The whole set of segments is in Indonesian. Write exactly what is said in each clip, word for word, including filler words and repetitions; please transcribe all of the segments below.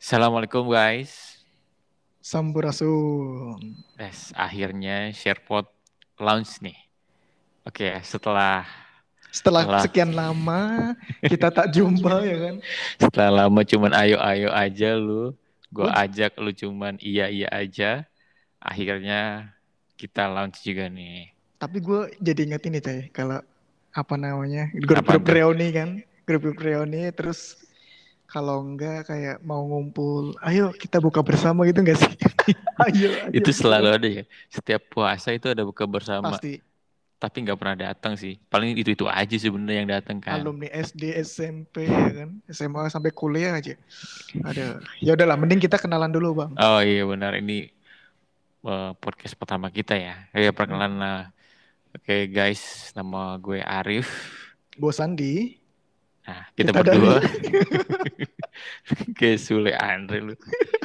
Assalamualaikum guys. Sampurasun. Yes, akhirnya SharePod launch nih. Oke, setelah Setelah setelah sekian lama kita tak jumpa ya kan. setelah lama cuman ayo-ayo aja lu, gua Gue ajak lu cuman iya-iya aja. Akhirnya kita launch juga nih. tapi gue jadi inget ini teh kalau apa namanya Apaan grup-grup tuh? reuni kan, grup-grup reuni terus kalau enggak kayak mau ngumpul, ayo kita buka bersama gitu enggak sih? Ayo, ayo Itu gitu selalu kan. ada ya. Setiap puasa itu ada buka bersama, Pasti tapi nggak pernah datang sih. Paling itu-itu aja sebenarnya yang datang kan. alumni S D, S M P ya kan, S M A sampai kuliah aja. Ada. Ya udahlah, mending kita kenalan dulu, Bang. Oh iya benar, ini eh, podcast pertama kita ya. Ya perkenalan Hmm. lah. Oke guys, nama gue Arif. Gue Sandi, Nah, kita kita dari berdua kayak Sule Andre lu.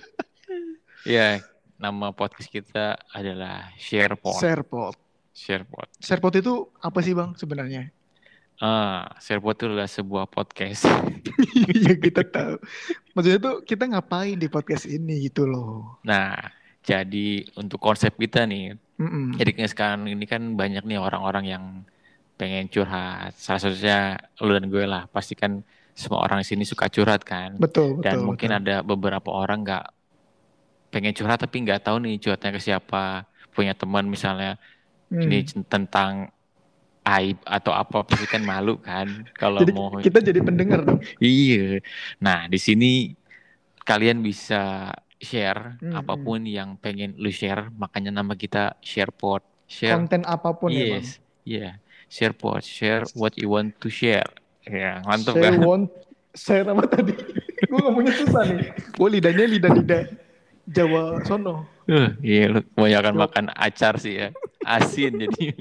Ya, nama podcast kita adalah SharePod. Serpot. SharePod. Serpot itu apa sih Bang sebenarnya? Ah, SharePod itu adalah sebuah podcast. Ya kita tahu. Maksudnya tuh kita ngapain di podcast ini gitu loh. Nah, jadi untuk konsep kita nih, Mm-mm. jadi kan sekarang ini kan banyak nih orang-orang yang pengen curhat. Salah satunya lu dan gue lah. Pasti kan semua orang di sini suka curhat kan. Betul, Dan betul, mungkin betul. ada beberapa orang nggak pengen curhat tapi nggak tahu nih curhatnya ke siapa. Punya teman misalnya ini Hmm. tentang aib atau apa pasti kan malu kan kalau Jadi mau. kita jadi pendengar dong. Iya. Nah, di sini kalian bisa share Mm-mm. apapun yang pengen lu share, makanya nama kita SharePod. Share. Konten apapun ya Bang. Yes. Iya. SharePod. Share what you want to share. Ya, mantap Saya kan? want saya apa tadi? Gue ngomongnya susah nih. Gue lidahnya lidah-lidah Jawa sono. Uh, iya, lu kebanyakan Jawa. makan acar sih ya. Asin jadi.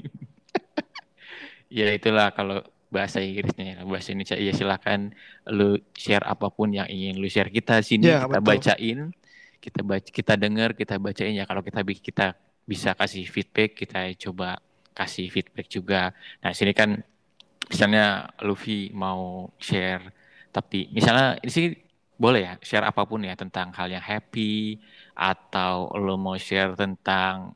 Ya itulah kalau bahasa Inggrisnya ya. Bahasa Indonesia ya silakan lu share apapun yang ingin lu share. Kita sini Ya kita betul. bacain, kita baca, kita dengar, kita bacain ya. Kalau kita bi- kita bisa kasih feedback, kita coba kasih feedback juga. Nah, sini kan misalnya Luffy mau share, tapi misalnya ini sih boleh ya share apapun ya tentang hal yang happy atau lu mau share tentang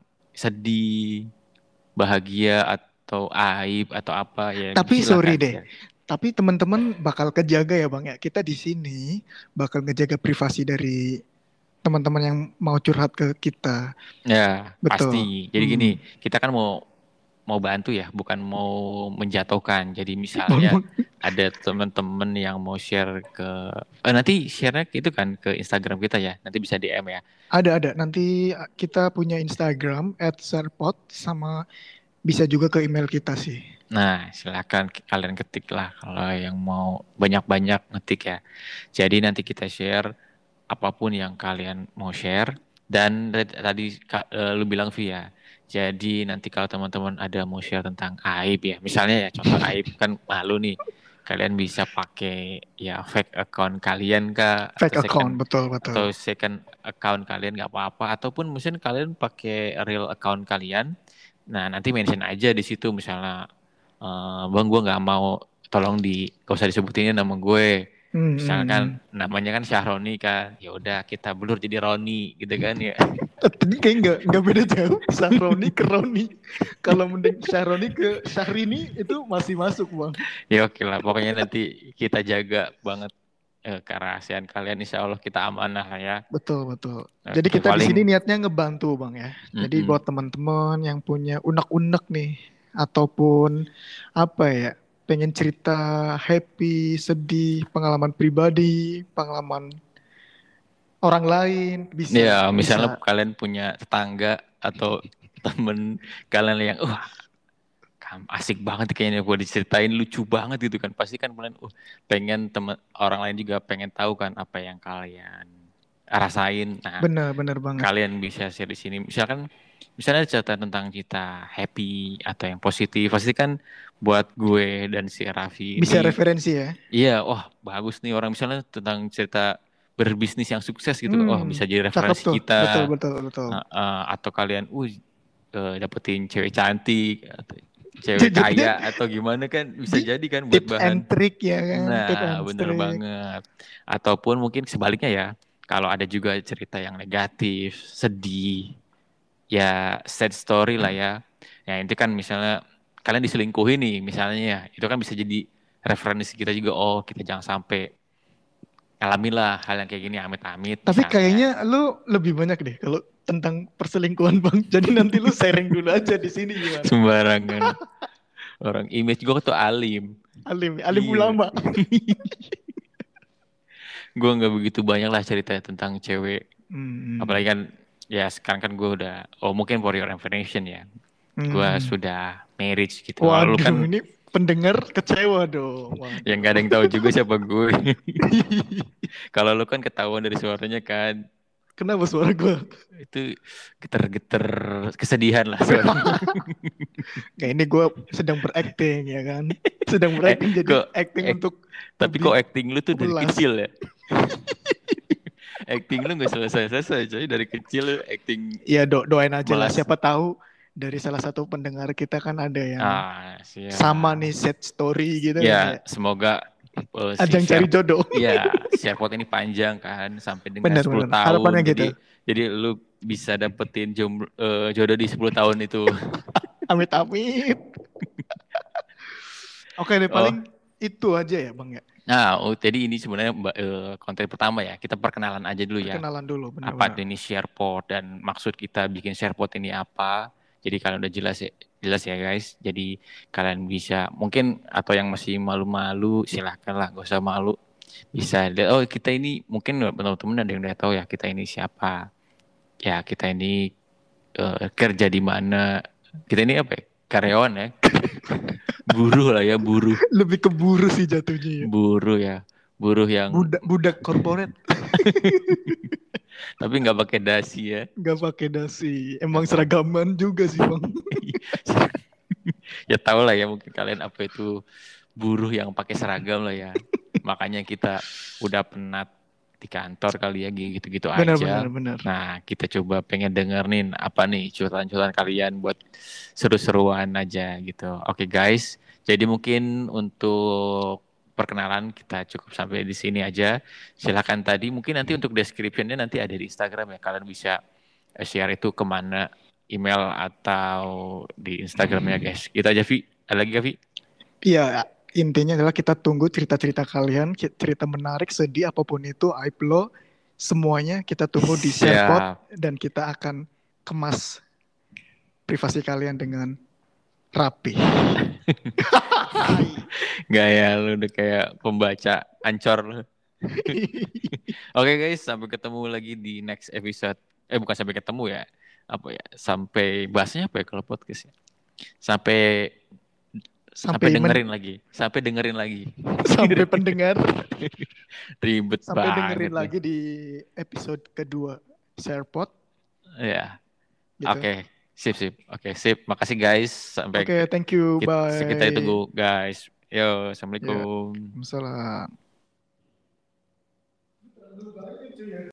sedih, bahagia atau aib atau apa ya Tapi sorry silakan deh. share. Tapi teman-teman bakal kejaga ya Bang ya. Kita di sini bakal ngejaga privasi dari teman-teman yang mau curhat ke kita. Ya, pasti. Betul. Jadi gini, Hmm. kita kan mau mau bantu ya, bukan mau menjatuhkan. Jadi Bang, misalnya Bang. ada teman-teman yang mau share ke eh, nanti share-nya itu kan ke Instagram kita ya. Nanti bisa D M ya. Ada ada. Nanti kita punya Instagram at @serpot sama bisa juga ke email kita sih. Nah, silakan kalian ketik lah kalau yang mau banyak-banyak ngetik ya. Jadi nanti kita share apapun yang kalian mau share dan red- tadi Kak, eh, lu bilang via. Jadi nanti kalau teman-teman ada mau share tentang aib ya, misalnya ya contoh aib kan malu nih. Kalian bisa pakai ya fake account kalian kah atau Fake account, second betul betul. atau second account kalian nggak apa-apa ataupun mungkin kalian pakai real account kalian. Nah, nanti mention aja di situ misalnya eh, Bang gue nggak mau tolong di gak usah disebutin nama gue. Hmm, hmm, Misalkan hmm. namanya kan Syahroni kan, ya udah kita blur jadi Roni gitu kan ya. Eh, Tadi kayak nggak nggak beda jauh. Sahroni ke Roni. Kalau mending Syahroni ke Syahrini itu masih masuk Bang. Ya oke lah, pokoknya nanti kita jaga banget eh, kerahasiaan kalian. Insya Allah kita amanah lah ya. Betul, betul. Jadi Oke, kita di paling sini niatnya ngebantu, Bang ya. Jadi mm-mm. buat teman-teman yang punya unek-unek nih ataupun apa ya, pengen cerita happy, sedih, pengalaman pribadi, pengalaman orang lain, bisa, Ya misalnya bisa. kalian punya tetangga atau temen kalian yang, wah kam- asik banget kayaknya buat diceritain, lucu banget gitu kan. Pasti kan kalian, uh, pengen temen orang lain juga pengen tahu kan apa yang kalian rasain. Nah, Benar, benar banget. kalian bisa share di sini. Misalkan misalnya cerita tentang kita happy atau yang positif, pasti kan buat gue dan si Raffi Bisa ini, referensi ya. iya, wah bagus nih orang misalnya tentang cerita berbisnis yang sukses gitu, oh Hmm, bisa jadi cakep referensi tuh. Betul, kita. betul, betul. Uh, uh, atau kalian, uh, uh, dapetin cewek cantik, atau cewek Jadinya kaya atau gimana kan bisa di jadi kan buat tips bahan. and trick ya kan, tips Nah, and bener trick. banget. Ataupun mungkin sebaliknya ya. Kalau ada juga cerita yang negatif, sedih, ya sad story lah ya. Ya itu kan misalnya kalian diselingkuhi nih misalnya ya, itu kan bisa jadi referensi kita juga. Oh kita jangan sampai ngalamin lah hal yang kayak gini amit-amit Tapi misalnya. kayaknya lu lebih banyak deh kalau tentang perselingkuhan Bang. Jadi nanti lu sharing dulu aja di sini gimana? Sembarangan orang image gue tuh alim. Alim, alim Iya. ulama. Gue nggak begitu banyak lah cerita tentang cewek. Hmm, Apalagi kan ya sekarang kan gue udah, oh mungkin for your information ya. Gue hmm. sudah marriage gitu. Kalau lu Waduh, kan ini pendengar kecewa dong. yang Waduh. gak ada yang tahu juga siapa gue. Kalau lu kan ketahuan dari suaranya kan. Kenapa suara gue? Itu geter-geter kesedihan lah suaranya. Kayak ini gue sedang berakting ya kan. Sedang Eh, berakting jadi kok acting ek- untuk tapi kok lebih acting lu tuh dari pulas. kecil ya? Acting lu gak selesai-selesai coy. Dari kecil lu acting Ya do doain aja lah. melas. Siapa tahu dari salah satu pendengar kita kan ada yang Ah, sama siap. nih set story gitu kan Ya, kayak semoga eh, si ajang cari share jodoh. ya, SharePot ini panjang kan sampai dengan sepuluh Bener-bener. Harapannya tahun. gitu. Jadi jadi lu bisa dapetin jomblo, eh, jodoh di sepuluh tahun itu. Amit-amit. Oke deh Oh. paling itu aja ya Bang ya. Nah, oh, jadi ini sebenarnya Mbak, eh, konten pertama ya. Kita perkenalan aja dulu ya. Perkenalan dulu Apa bener-bener. itu ini SharePot dan maksud kita bikin SharePot ini apa. Jadi kalian udah jelas ya, jelas ya guys. Jadi kalian bisa mungkin atau yang masih malu-malu silahkan lah, gak usah malu. Bisa lihat, oh kita ini mungkin teman-teman ada yang udah tahu ya kita ini siapa. Ya kita ini eh, kerja di mana. Kita ini apa ya? Karyawan ya. Buruh lah ya, buruh. Lebih keburu sih jatuhnya ya. Buruh ya. Buruh yang Budak budak korporat tapi nggak pakai dasi ya. nggak pakai dasi. Nggak Emang pakai. seragaman juga sih Bang. Ya tahu lah ya mungkin kalian apa itu buruh yang pakai seragam lah ya. Makanya kita udah penat di kantor kali ya gitu-gitu Bener aja. bener bener. Nah kita coba pengen dengerin apa nih curhatan-curhatan kalian buat seru-seruan aja gitu. Oke guys, jadi mungkin untuk perkenalan kita cukup sampai di sini aja. Silakan tadi mungkin nanti untuk description-nya nanti ada di Instagram ya. Kalian bisa share itu kemana, email atau di Instagramnya guys. Gitu aja Vi. Ada lagi gak Vi? Iya, intinya adalah kita tunggu cerita-cerita kalian, ki- cerita menarik, sedih, apapun itu, aib lo, semuanya kita tunggu di SharePot Siap. dan kita akan kemas privasi kalian dengan rapi. Gaya lu udah kayak pembaca ancor lu. Oke guys, sampai ketemu lagi di next episode. Eh bukan sampai ketemu ya. Apa ya? Sampai bahasnya apa ya kalau podcast ya? Sampai sampai, Sampai men- dengerin lagi. Sampai dengerin lagi. sampai pendengar, Ribet sampai banget dengerin nih. lagi di episode kedua SharePot Ya. gitu. Oke, sip sip. Oke, sip. Makasih guys. Sampai Oke, thank you, kita, bye. kita tunggu guys. Yo, Ya, assalamualaikum. Waalaikumsalam.